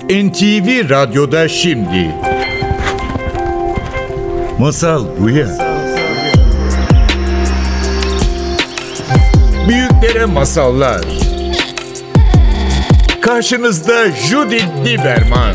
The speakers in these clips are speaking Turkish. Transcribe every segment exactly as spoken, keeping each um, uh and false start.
N T V Radyo'da şimdi. Masal bu ya. Büyüklere masallar. Karşınızda Judith Lieberman.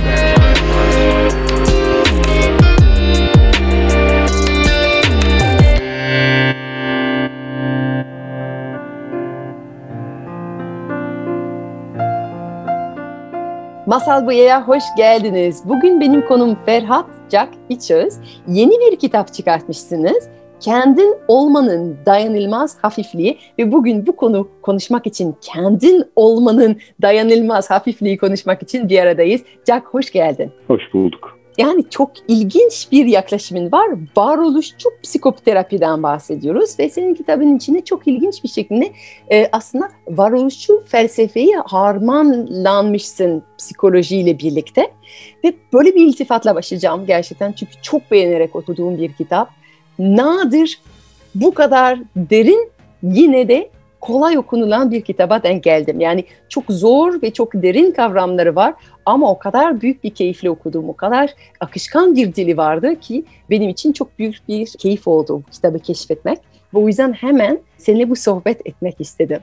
Masal Buya'ya hoş geldiniz. Bugün benim konum Ferhat Cak İçöz. Yeni bir kitap çıkartmışsınız. Kendin olmanın dayanılmaz hafifliği ve bugün bu konu konuşmak için, kendin olmanın dayanılmaz hafifliği konuşmak için bir aradayız. Cak, hoş geldin. Hoş bulduk. Yani çok ilginç bir yaklaşımın var. Varoluşçu psikoterapiden bahsediyoruz ve senin kitabın içinde çok ilginç bir şekilde e, aslında varoluşçu felsefeyi harmanlanmışsın psikolojiyle birlikte. Ve böyle bir iltifatla başlayacağım gerçekten çünkü çok beğenerek okuduğum bir kitap. Nadir bu kadar derin yine de kolay okunulan bir kitaba denk geldim. Yani çok zor ve çok derin kavramları var ama o kadar büyük bir keyifle okudum, o kadar akışkan bir dili vardı ki benim için çok büyük bir keyif oldu bu kitabı keşfetmek. Ve o yüzden hemen seninle bu sohbet etmek istedim.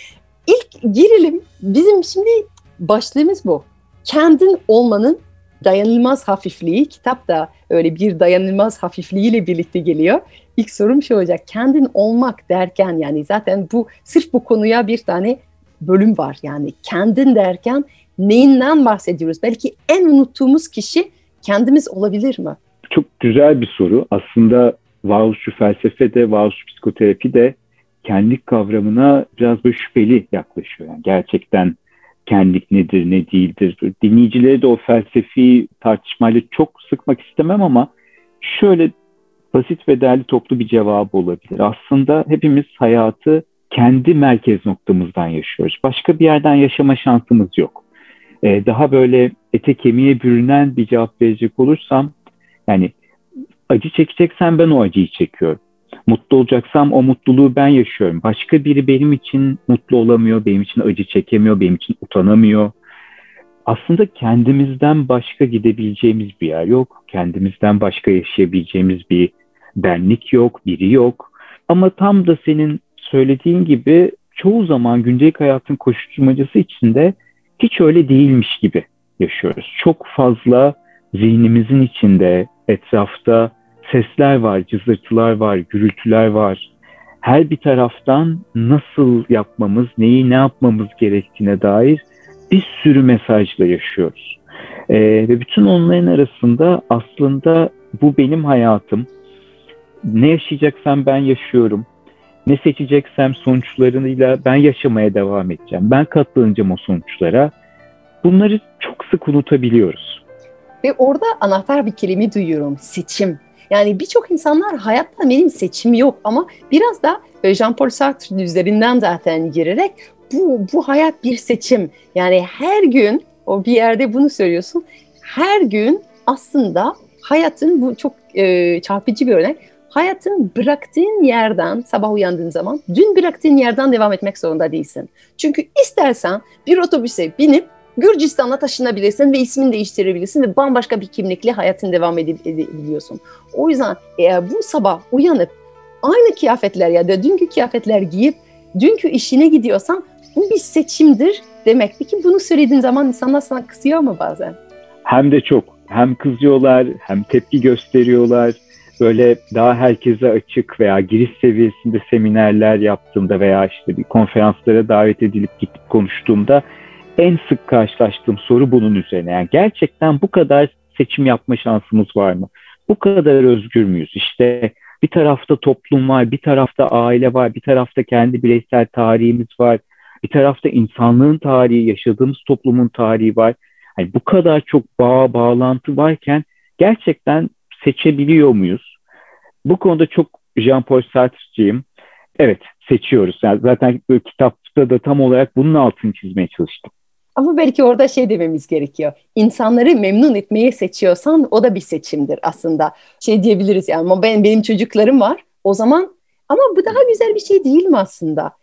İlk girelim, bizim şimdi başlığımız bu. Kendin olmanın dayanılmaz hafifliği, kitap da öyle bir dayanılmaz hafifliğiyle birlikte geliyor. İlk sorum şu olacak, kendin olmak derken yani zaten bu sırf bu konuya bir tane bölüm var. Yani kendin derken neyinden bahsediyoruz? Belki en unuttuğumuz kişi kendimiz olabilir mi? Çok güzel bir soru. Aslında varoluşçu felsefe de, varoluşçu psikoterapi de kendilik kavramına biraz böyle şüpheli yaklaşıyor. Yani gerçekten kendilik nedir, ne değildir? Dinleyicileri de o felsefi tartışmayla çok sıkmak istemem ama şöyle basit ve değerli toplu bir cevabı olabilir. Aslında hepimiz hayatı kendi merkez noktamızdan yaşıyoruz. Başka bir yerden yaşama şansımız yok. Ee, daha böyle ete kemiğe bürünen bir cevap verecek olursam, yani acı çekeceksem ben o acıyı çekiyorum. Mutlu olacaksam o mutluluğu ben yaşıyorum. Başka biri benim için mutlu olamıyor, benim için acı çekemiyor, benim için utanamıyor. Aslında kendimizden başka gidebileceğimiz bir yer yok. Kendimizden başka yaşayabileceğimiz bir benlik yok, biri yok. Ama tam da senin söylediğin gibi çoğu zaman gündelik hayatın koşuşturmacası içinde hiç öyle değilmiş gibi yaşıyoruz. Çok fazla zihnimizin içinde, etrafta sesler var, cızırtılar var, gürültüler var. Her bir taraftan nasıl yapmamız, neyi ne yapmamız gerektiğine dair bir sürü mesajla yaşıyoruz. Ee, ve bütün onların arasında aslında bu benim hayatım. Ne yaşayacaksam ben yaşıyorum. Ne seçeceksem sonuçlarıyla ben yaşamaya devam edeceğim. Ben katlanacağım o sonuçlara. Bunları çok sık unutabiliyoruz. Ve orada anahtar bir kelime duyuyorum, seçim. Yani birçok insanlar hayatta benim seçimi yok ama biraz da Jean-Paul Sartre üzerinden zaten girerek bu, bu hayat bir seçim. Yani her gün o bir yerde bunu söylüyorsun. Her gün aslında hayatın, bu çok e, çarpıcı bir örnek. Hayatın bıraktığın yerden sabah uyandığın zaman dün bıraktığın yerden devam etmek zorunda değilsin. Çünkü istersen bir otobüse binip Gürcistan'a taşınabilirsin ve ismini değiştirebilirsin ve bambaşka bir kimlikle hayatın devam edebiliyorsun. O yüzden eğer bu sabah uyanıp aynı kıyafetler ya da dünkü kıyafetler giyip dünkü işine gidiyorsan bu bir seçimdir demek. Peki bunu söylediğin zaman insanlar sana kızıyor mu bazen? Hem de çok. Hem kızıyorlar, hem tepki gösteriyorlar. Böyle daha herkese açık veya giriş seviyesinde seminerler yaptığımda veya işte bir konferanslara davet edilip gidip konuştuğumda en sık karşılaştığım soru bunun üzerine. Yani gerçekten bu kadar seçim yapma şansımız var mı? Bu kadar özgür müyüz? İşte bir tarafta toplum var, bir tarafta aile var, bir tarafta kendi bireysel tarihimiz var, bir tarafta insanlığın tarihi, yaşadığımız toplumun tarihi var. Yani bu kadar çok bağ, bağlantı varken gerçekten seçebiliyor muyuz? Bu konuda çok Jean-Paul Sartre'ciyim. Evet, seçiyoruz. Yani zaten bu kitapta da tam olarak bunun altını çizmeye çalıştım. Ama belki orada şey dememiz gerekiyor. İnsanları memnun etmeyi seçiyorsan o da bir seçimdir aslında. Şey diyebiliriz yani, ama ben, benim çocuklarım var o zaman, ama bu daha güzel bir şey değil mi aslında?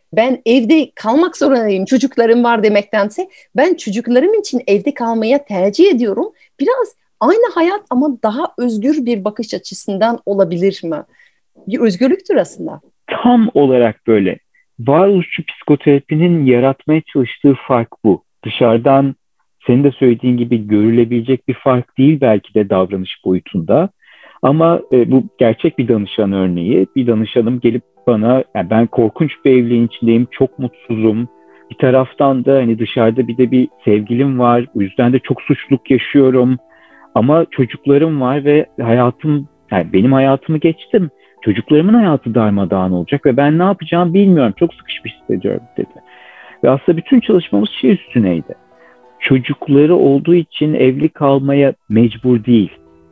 Ben evde kalmak zorundayım, çocuklarım var demektense ben çocuklarım için evde kalmaya tercih ediyorum. Biraz aynı hayat ama daha özgür bir bakış açısından olabilir mi? Bir özgürlüktür aslında. Tam olarak böyle. Varoluşçu psikoterapinin yaratmaya çalıştığı fark bu. Dışarıdan senin de söylediğin gibi görülebilecek bir fark değil belki de davranış boyutunda. Ama e, bu gerçek bir danışan örneği. Bir danışanım gelip bana, yani ben korkunç bir evliliğin içindeyim, çok mutsuzum. Bir taraftan da hani dışarıda bir de bir sevgilim var. O yüzden de çok suçluluk yaşıyorum. Ama çocuklarım var ve hayatım, yani benim hayatımı geçtim. Çocuklarımın hayatı darmadağın olacak ve ben ne yapacağımı bilmiyorum. Çok sıkışmış hissediyorum dedi. Ve aslında bütün çalışmamız şey üstüneydi. Çocukları olduğu için evli kalmaya mecbur değil.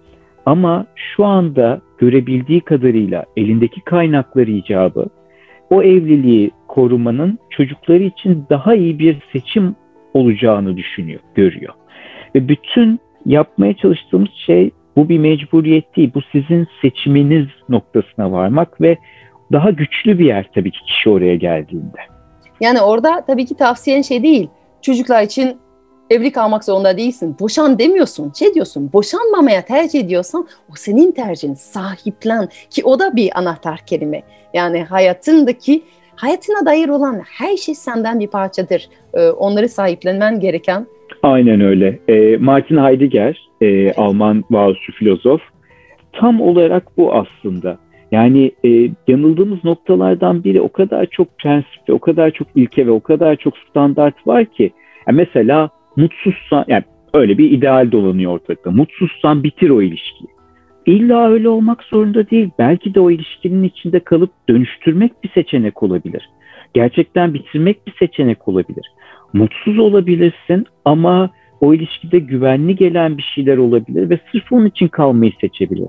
Ama şu anda görebildiği kadarıyla elindeki kaynakları icabı o evliliği korumanın çocukları için daha iyi bir seçim olacağını düşünüyor, görüyor. Ve bütün yapmaya çalıştığımız şey bu bir mecburiyet değil, bu sizin seçiminiz noktasına varmak ve daha güçlü bir yer tabii ki kişi oraya geldiğinde. Yani orada tabii ki tavsiyen şey değil, çocuklar için evli kalmak zorunda değilsin, boşan demiyorsun, şey diyorsun, boşanmamaya tercih ediyorsan o senin tercihin, sahiplen ki o da bir anahtar kelime. Yani hayatındaki, hayatına dair olan her şey senden bir parçadır, ee, onları sahiplenmen gereken. Aynen öyle. E, Martin Heidegger, e, evet. Alman varoluşçu filozof, tam olarak bu aslında. Yani e, yanıldığımız noktalardan biri o kadar çok prensip ve o kadar çok ilke ve o kadar çok standart var ki. Yani mesela mutsuzsan, yani öyle bir ideal dolanıyor ortalıkta. Mutsuzsan bitir o ilişkiyi. İlla öyle olmak zorunda değil. Belki de o ilişkinin içinde kalıp dönüştürmek bir seçenek olabilir. Gerçekten bitirmek bir seçenek olabilir. Mutsuz olabilirsin ama o ilişkide güvenli gelen bir şeyler olabilir ve sırf onun için kalmayı seçebilir.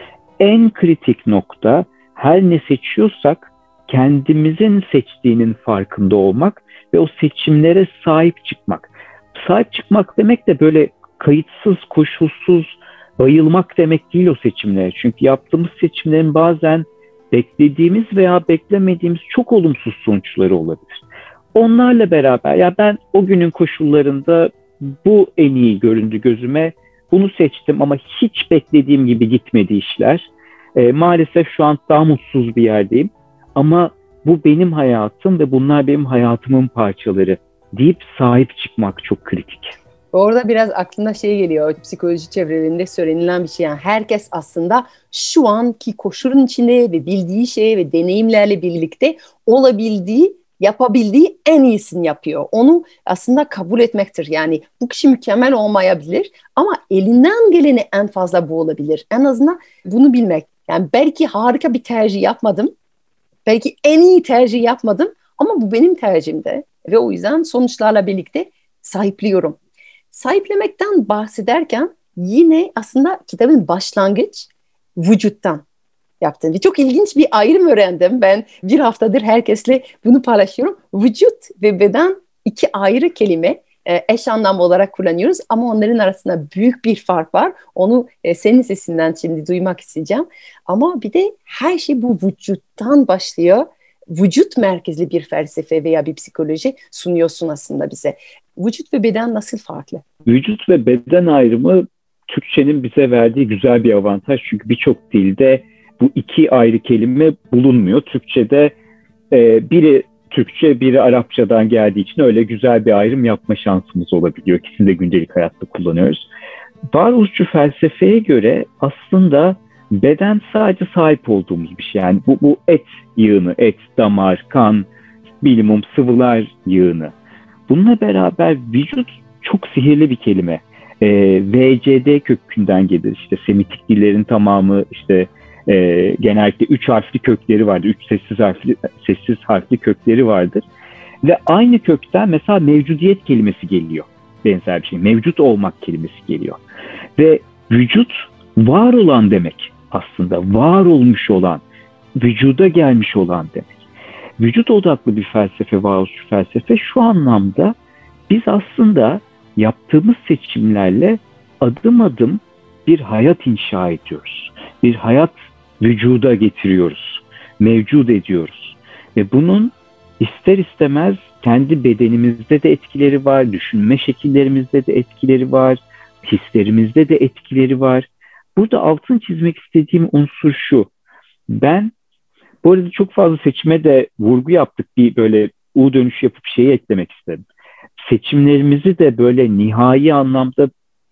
En kritik nokta, her ne seçiyorsak kendimizin seçtiğinin farkında olmak ve o seçimlere sahip çıkmak. Sahip çıkmak demek de böyle kayıtsız, koşulsuz bayılmak demek değil o seçimlere. Çünkü yaptığımız seçimlerin bazen beklediğimiz veya beklemediğimiz çok olumsuz sonuçları olabilir. Onlarla beraber, ya ben o günün koşullarında bu en iyi göründü gözüme, bunu seçtim ama hiç beklediğim gibi gitmedi işler. E, maalesef şu an daha mutsuz bir yerdeyim ama bu benim hayatım ve bunlar benim hayatımın parçaları deyip sahip çıkmak çok kritik. Orada biraz aklına şey geliyor, psikoloji çevrelerinde söylenilen bir şey. Yani herkes aslında şu anki koşulun içinde ve bildiği şey ve deneyimlerle birlikte olabildiği, yapabildiği en iyisini yapıyor. Onu aslında kabul etmektir. Yani bu kişi mükemmel olmayabilir ama elinden geleni en fazla bu olabilir. En azından bunu bilmek. Yani belki harika bir tercih yapmadım, belki en iyi tercih yapmadım ama bu benim tercihimde ve o yüzden sonuçlarla birlikte sahipliyorum. Sahiplemekten bahsederken yine aslında kitabın başlangıç vücuttan yaptığım. Ve çok ilginç bir ayrım öğrendim. Ben bir haftadır herkesle bunu paylaşıyorum. Vücut ve beden iki ayrı kelime eş anlamlı olarak kullanıyoruz ama onların arasında büyük bir fark var. Onu senin sesinden şimdi duymak isteyeceğim. Ama bir de her şey bu vücuttan başlıyor. Vücut merkezli bir felsefe veya bir psikoloji sunuyorsun aslında bize. Vücut ve beden nasıl farklı? Vücut ve beden ayrımı Türkçenin bize verdiği güzel bir avantaj. Çünkü birçok dilde bu iki ayrı kelime bulunmuyor. Türkçe'de e, biri Türkçe, biri Arapçadan geldiği için öyle güzel bir ayrım yapma şansımız olabiliyor. İkisini de gündelik hayatta kullanıyoruz. Varoluşçu felsefeye göre aslında beden sadece sahip olduğumuz bir şey. Yani bu, bu et yığını, et, damar, kan, bilimum sıvılar yığını. Bununla beraber vücut çok sihirli bir kelime. E, V C D kökünden gelir. İşte Semitik dillerin tamamı işte e, genellikle üç harfli kökleri vardır. Üç sessiz harfli, sessiz harfli kökleri vardır. Ve aynı kökten mesela mevcudiyet kelimesi geliyor. Benzer bir şey. Mevcut olmak kelimesi geliyor. Ve vücut var olan demek aslında. Var olmuş olan, vücuda gelmiş olan demek. Vücut odaklı bir felsefe, varoluşçu felsefe şu anlamda biz aslında yaptığımız seçimlerle adım adım bir hayat inşa ediyoruz. Bir hayat vücuda getiriyoruz, mevcut ediyoruz. Ve bunun ister istemez kendi bedenimizde de etkileri var, düşünme şekillerimizde de etkileri var, hislerimizde de etkileri var. Burada altını çizmek istediğim unsur şu. Ben, bu arada çok fazla seçime de vurgu yaptık. Bir böyle U dönüşü yapıp şeyi eklemek istedim. Seçimlerimizi de böyle nihai anlamda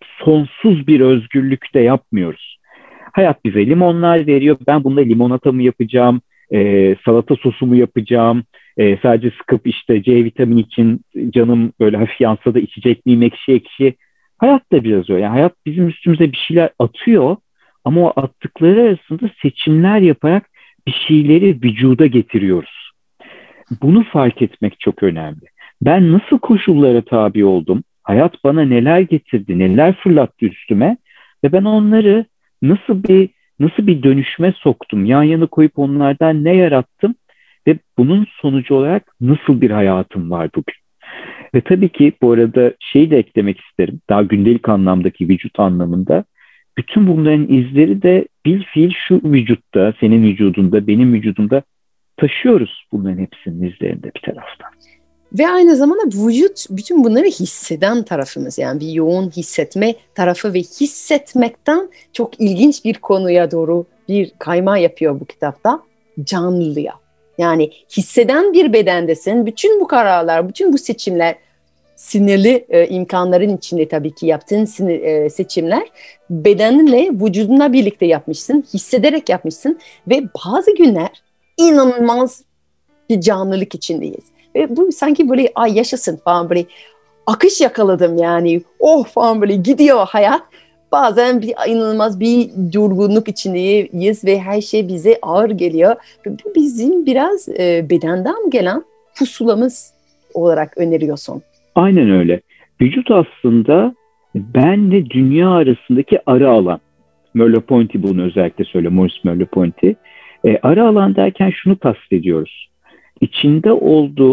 sonsuz bir özgürlükte yapmıyoruz. Hayat bize limonlar veriyor. Ben bunda limonata mı yapacağım, e, salata sosu mu yapacağım, e, sadece sıkıp işte C vitamini için canım böyle hafif yansa da içecek miyim, ekşi ekşi. Hayat da biraz öyle. Yani hayat bizim üstümüze bir şeyler atıyor ama o attıkları arasında seçimler yaparak bir şeyleri vücuda getiriyoruz. Bunu fark etmek çok önemli. Ben nasıl koşullara tabi oldum? Hayat bana neler getirdi, neler fırlattı üstüme ve ben onları nasıl bir nasıl bir dönüşme soktum? Yan yana koyup onlardan ne yarattım ve bunun sonucu olarak nasıl bir hayatım var bugün? Ve tabii ki bu arada şeyi de eklemek isterim. Daha gündelik anlamdaki vücut anlamında. Bütün bunların izleri de bilfiil şu vücutta, senin vücudunda, benim vücudumda taşıyoruz bunların hepsinin izlerinde bir taraftan. Ve aynı zamanda vücut bütün bunları hisseden tarafımız. Yani bir yoğun hissetme tarafı ve hissetmekten çok ilginç bir konuya doğru bir kayma yapıyor bu kitapta. Canlılığa. Yani hisseden bir bedendesin. Bütün bu kararlar, bütün bu seçimler, sinirli e, imkanların içinde tabii ki yaptığın sinir, e, seçimler bedeninle, vücudunla birlikte yapmışsın, hissederek yapmışsın ve bazı günler inanılmaz bir canlılık içindeyiz. Ve bu sanki böyle ay yaşasın falan, böyle akış yakaladım yani, oh falan, böyle gidiyor hayat. Bazen bir inanılmaz bir durgunluk içindeyiz ve her şey bize ağır geliyor. Ve bu bizim biraz e, bedenden gelen pusulamız olarak öneriyorsun. Aynen öyle. Vücut aslında benle dünya arasındaki ara alan. Merleau-Ponty bunu özellikle söylüyor, Maurice Merleau-Ponty. E, ara alan derken şunu kastediyoruz. İçinde olduğum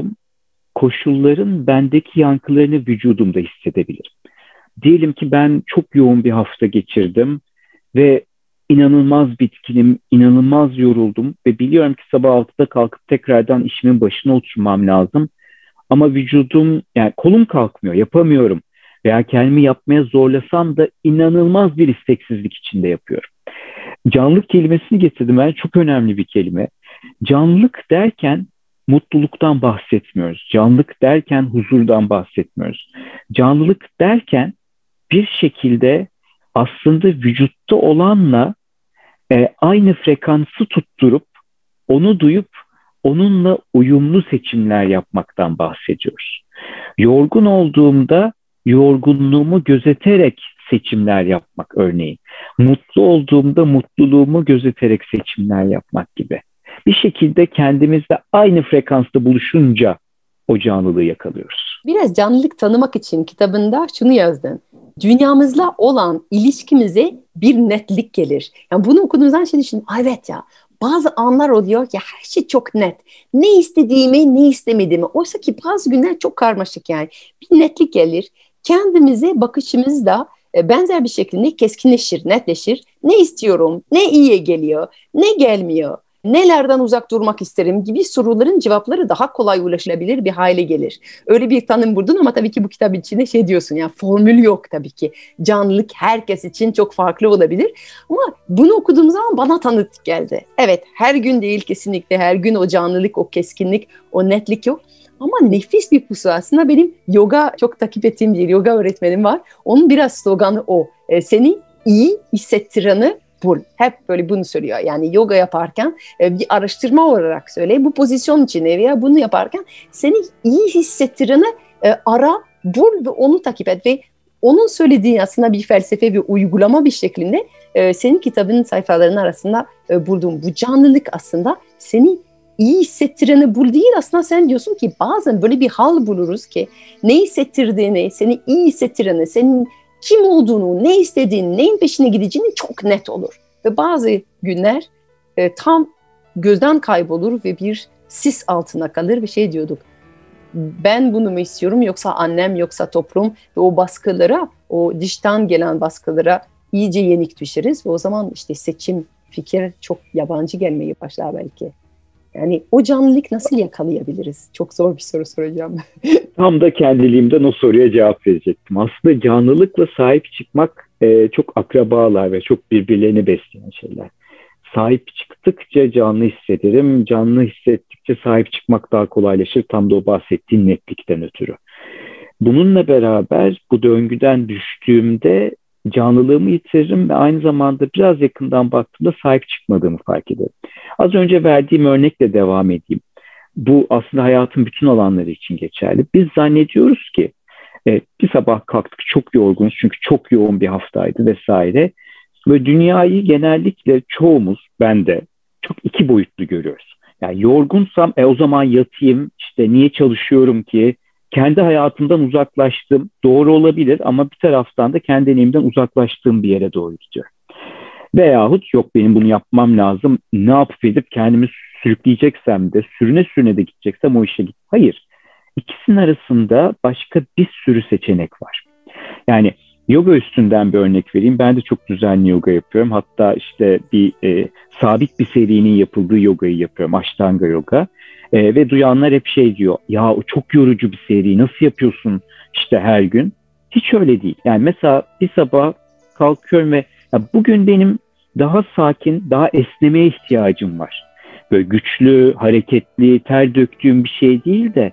koşulların bendeki yankılarını vücudumda hissedebilirim. Diyelim ki ben çok yoğun bir hafta geçirdim ve inanılmaz bitkinim, inanılmaz yoruldum ve biliyorum ki sabah altıda kalkıp tekrardan işimin başına oturmam lazım. Ama vücudum, yani kolum kalkmıyor, yapamıyorum veya kendimi yapmaya zorlasam da inanılmaz bir isteksizlik içinde yapıyorum. Canlılık kelimesini getirdim. Yani çok önemli bir kelime. Canlılık derken mutluluktan bahsetmiyoruz. Canlılık derken huzurdan bahsetmiyoruz. Canlılık derken bir şekilde aslında vücutta olanla e, aynı frekansı tutturup onu duyup onunla uyumlu seçimler yapmaktan bahsediyoruz. Yorgun olduğumda yorgunluğumu gözeterek seçimler yapmak örneğin. Mutlu olduğumda mutluluğumu gözeterek seçimler yapmak gibi. Bir şekilde kendimizle aynı frekansta buluşunca o canlılığı yakalıyoruz. Biraz canlılık tanımak için kitabında şunu yazdın. Dünyamızla olan ilişkimize bir netlik gelir. Yani bunu okuduğumuzdan şey düşün. Evet ya, bazı anlar oluyor ki her şey çok net. Ne istediğimi, ne istemediğimi. Oysa ki bazı günler çok karmaşık yani. Bir netlik gelir. Kendimize bakışımız da benzer bir şekilde keskinleşir, netleşir. Ne istiyorum, ne iyiye geliyor, ne gelmiyor, nelerden uzak durmak isterim gibi soruların cevapları daha kolay ulaşılabilir bir hale gelir. Öyle bir tanım buldun ama tabii ki bu kitap içinde şey diyorsun, yani formül yok tabii ki. Canlılık herkes için çok farklı olabilir. Ama bunu okuduğum zaman bana tanıdık geldi. Evet, her gün değil kesinlikle, her gün o canlılık, o keskinlik, o netlik yok. Ama nefis bir pusu aslında. Benim yoga çok takip ettiğim bir yoga öğretmenim var. Onun biraz sloganı o. E, seni iyi hissettireni bul. Hep böyle bunu söylüyor. Yani yoga yaparken e, bir araştırma olarak söyle. Bu pozisyon için veya bunu yaparken seni iyi hissettireni e, ara, bul ve onu takip et. Ve onun söylediği aslında bir felsefe ve uygulama bir şeklinde e, senin kitabının sayfalarının arasında e, bulduğum bu canlılık aslında seni iyi hissettireni bul değil, aslında sen diyorsun ki bazen böyle bir hal buluruz ki ne hissettirdiğini, seni iyi hissettireni, senin kim olduğunu, ne istediğini, neyin peşine gideceğini çok net olur. Ve bazı günler e, tam gözden kaybolur ve bir sis altına kalır ve şey diyorduk. Ben bunu mu istiyorum, yoksa annem, yoksa toplum, ve o baskılara, o dıştan gelen baskılara iyice yenik düşeriz ve o zaman işte seçim, fikir çok yabancı gelmeye başlar belki. Yani o canlılık nasıl yakalayabiliriz? Çok zor bir soru soracağım. Tam da kendiliğimden o soruya cevap verecektim. Aslında canlılıkla sahip çıkmak e, çok akrabalar ve çok birbirlerini besleyen şeyler. Sahip çıktıkça canlı hissederim, canlı hissettikçe sahip çıkmak daha kolaylaşır. Tam da o bahsettiğin netlikten ötürü. Bununla beraber bu döngüden düştüğümde canlılığımı yitiririm ve aynı zamanda biraz yakından baktığımda sahip çıkmadığımı fark ederim. Az önce verdiğim örnekle devam edeyim. Bu aslında hayatın bütün alanları için geçerli. Biz zannediyoruz ki e, bir sabah kalktık çok yorgunuz çünkü çok yoğun bir haftaydı vesaire. Ve dünyayı genellikle çoğumuz, ben de çok iki boyutlu görüyoruz. Yani yorgunsam e, o zaman yatayım, işte niye çalışıyorum ki? Kendi hayatımdan uzaklaştım. Doğru olabilir ama bir taraftan da kendi deneyimden uzaklaştığım bir yere doğru gidiyorum. Veyahut yok benim bunu yapmam lazım. Ne yapıp edip kendimi sürükleyeceksem de sürüne sürüne de gideceksem o işe git. Hayır. İkisinin arasında başka bir sürü seçenek var. Yani yoga üstünden bir örnek vereyim. Ben de çok düzenli yoga yapıyorum. Hatta işte bir e, sabit bir serinin yapıldığı yogayı yapıyorum. Ashtanga yoga. E, ve duyanlar hep şey diyor. Ya o çok yorucu bir seri. Nasıl yapıyorsun işte her gün? Hiç öyle değil. Yani mesela bir sabah kalkıyorum ve ya bugün benim daha sakin, daha esnemeye ihtiyacım var. Böyle güçlü, hareketli, ter döktüğüm bir şey değil de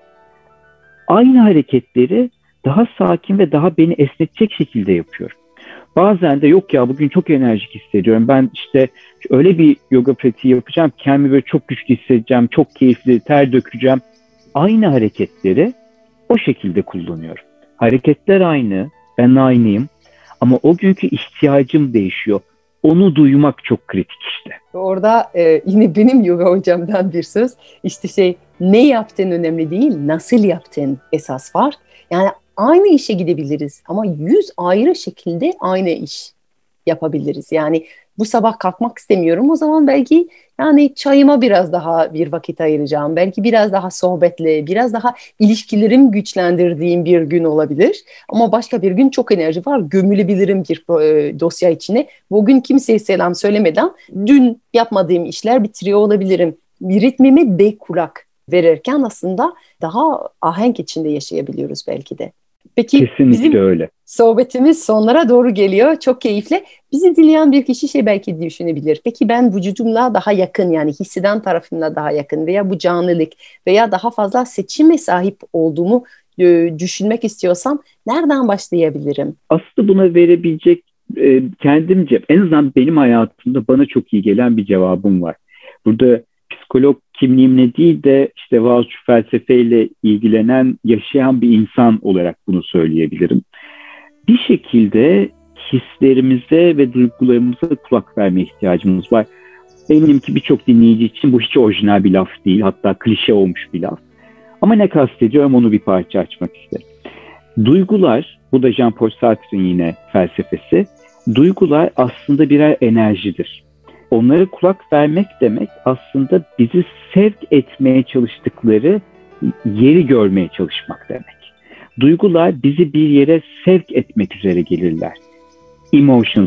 aynı hareketleri daha sakin ve daha beni esnetecek şekilde yapıyorum. Bazen de yok ya bugün çok enerjik hissediyorum. Ben işte öyle bir yoga pratiği yapacağım ki kendimi böyle çok güçlü hissedeceğim, çok keyifli, ter dökeceğim. Aynı hareketleri o şekilde kullanıyorum. Hareketler aynı, ben aynıyım ama o günkü ihtiyacım değişiyor. Onu duymak çok kritik işte. Orada e, yine benim yoga hocamdan bir söz. İşte şey, ne yaptığın önemli değil, nasıl yaptığın esas var. Yani aynı işe gidebiliriz ama yüz ayrı şekilde aynı iş yapabiliriz. Yani bu sabah kalkmak istemiyorum. O zaman belki yani çayıma biraz daha bir vakit ayıracağım. Belki biraz daha sohbetle, biraz daha ilişkilerim güçlendirdiğim bir gün olabilir. Ama başka bir gün çok enerji var. Gömülebilirim bir e, dosya içine. Bugün kimseye selam söylemeden dün yapmadığım işler bitiriyor olabilirim. Ritmime de kulak verirken aslında daha ahenk içinde yaşayabiliyoruz belki de. Peki Kesinlikle bizim öyle. sohbetimiz sonlara doğru geliyor. Çok keyifli. Bizi dinleyen bir kişi şey belki düşünebilir. Peki ben vücudumla daha yakın, yani hisseden tarafımla daha yakın veya bu canlılık veya daha fazla seçime sahip olduğumu e, düşünmek istiyorsam nereden başlayabilirim? Aslında buna verebilecek e, kendimce en azından benim hayatımda bana çok iyi gelen bir cevabım var. Burada psikolog kimliğimle değil de işte varoluşçu felsefeyle ilgilenen, yaşayan bir insan olarak bunu söyleyebilirim. Bir şekilde hislerimize ve duygularımıza kulak vermeye ihtiyacımız var. Eminim ki birçok dinleyici için bu hiç orijinal bir laf değil, hatta klişe olmuş bir laf. Ama ne kastediyorum onu bir parça açmak isterim. Duygular, bu da Jean-Paul Sartre'ın yine felsefesi, duygular aslında birer enerjidir. Onlara kulak vermek demek aslında bizi sevk etmeye çalıştıkları yeri görmeye çalışmak demek. Duygular bizi bir yere sevk etmek üzere gelirler. Emotions,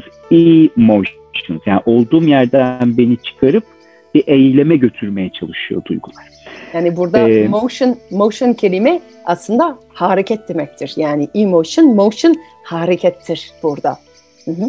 emotions, yani olduğum yerden beni çıkarıp bir eyleme götürmeye çalışıyor duygular. Yani burada Ee, motion, motion kelime aslında hareket demektir. Yani emotion, motion harekettir burada. Hı hı.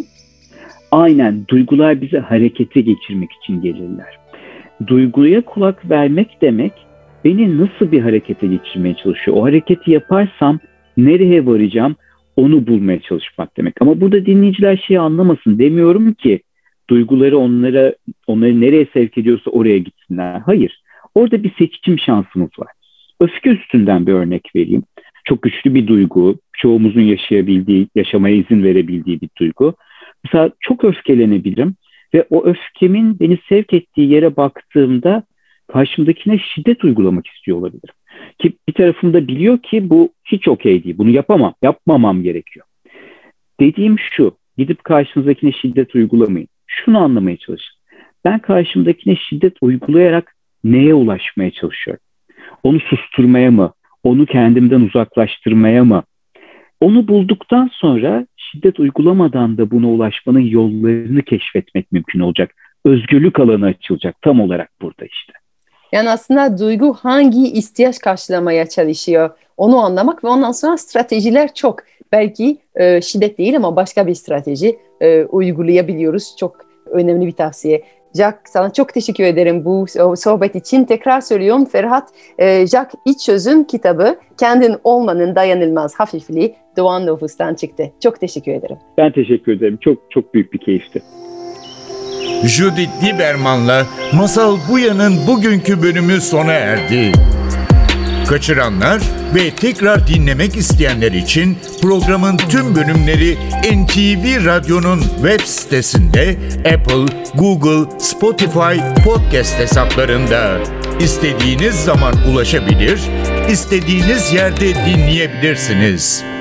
Aynen, duygular bizi harekete geçirmek için gelirler. Duyguya kulak vermek demek, beni nasıl bir harekete geçirmeye çalışıyor? O hareketi yaparsam nereye varacağım? Onu bulmaya çalışmak demek. Ama burada dinleyiciler şeyi anlamasın. Demiyorum ki duyguları onlara, onları nereye sevk ediyorsa oraya gitsinler. Hayır. Orada bir seçim şansımız var. Öfke üstünden bir örnek vereyim. Çok güçlü bir duygu. Çoğumuzun yaşayabildiği, yaşamaya izin verebildiği bir duygu. Mesela çok öfkelenebilirim ve o öfkemin beni sevk ettiği yere baktığımda karşımdakine şiddet uygulamak istiyor olabilirim. Ki bir tarafım da biliyor ki bu hiç okey değil. Bunu yapamam, yapmamam gerekiyor. Dediğim şu, gidip karşınızdakine şiddet uygulamayın. Şunu anlamaya çalışın. Ben karşımdakine şiddet uygulayarak neye ulaşmaya çalışıyorum? Onu susturmaya mı? Onu kendimden uzaklaştırmaya mı? Onu bulduktan sonra şiddet uygulamadan da buna ulaşmanın yollarını keşfetmek mümkün olacak. Özgürlük alanı açılacak tam olarak burada işte. Yani aslında duygu hangi ihtiyaç karşılamaya çalışıyor onu anlamak ve ondan sonra stratejiler çok. Belki e, şiddet değil ama başka bir strateji e, uygulayabiliyoruz. Çok önemli bir tavsiye. Jack, sana çok teşekkür ederim bu sohbet için. Tekrar söylüyorum Ferhat, e, Jack İç Çözüm kitabı Kendin Olmanın Dayanılmaz Hafifliği Doğan Nüfus'tan çıktı. Çok teşekkür ederim. Ben teşekkür ederim. Çok çok büyük bir keyifti. Judith Lieberman'la Masal Buya'nın bugünkü bölümü sona erdi. Kaçıranlar ve tekrar dinlemek isteyenler için programın tüm bölümleri N T V Radyo'nun web sitesinde, Apple, Google, Spotify podcast hesaplarında istediğiniz zaman ulaşabilir, istediğiniz yerde dinleyebilirsiniz.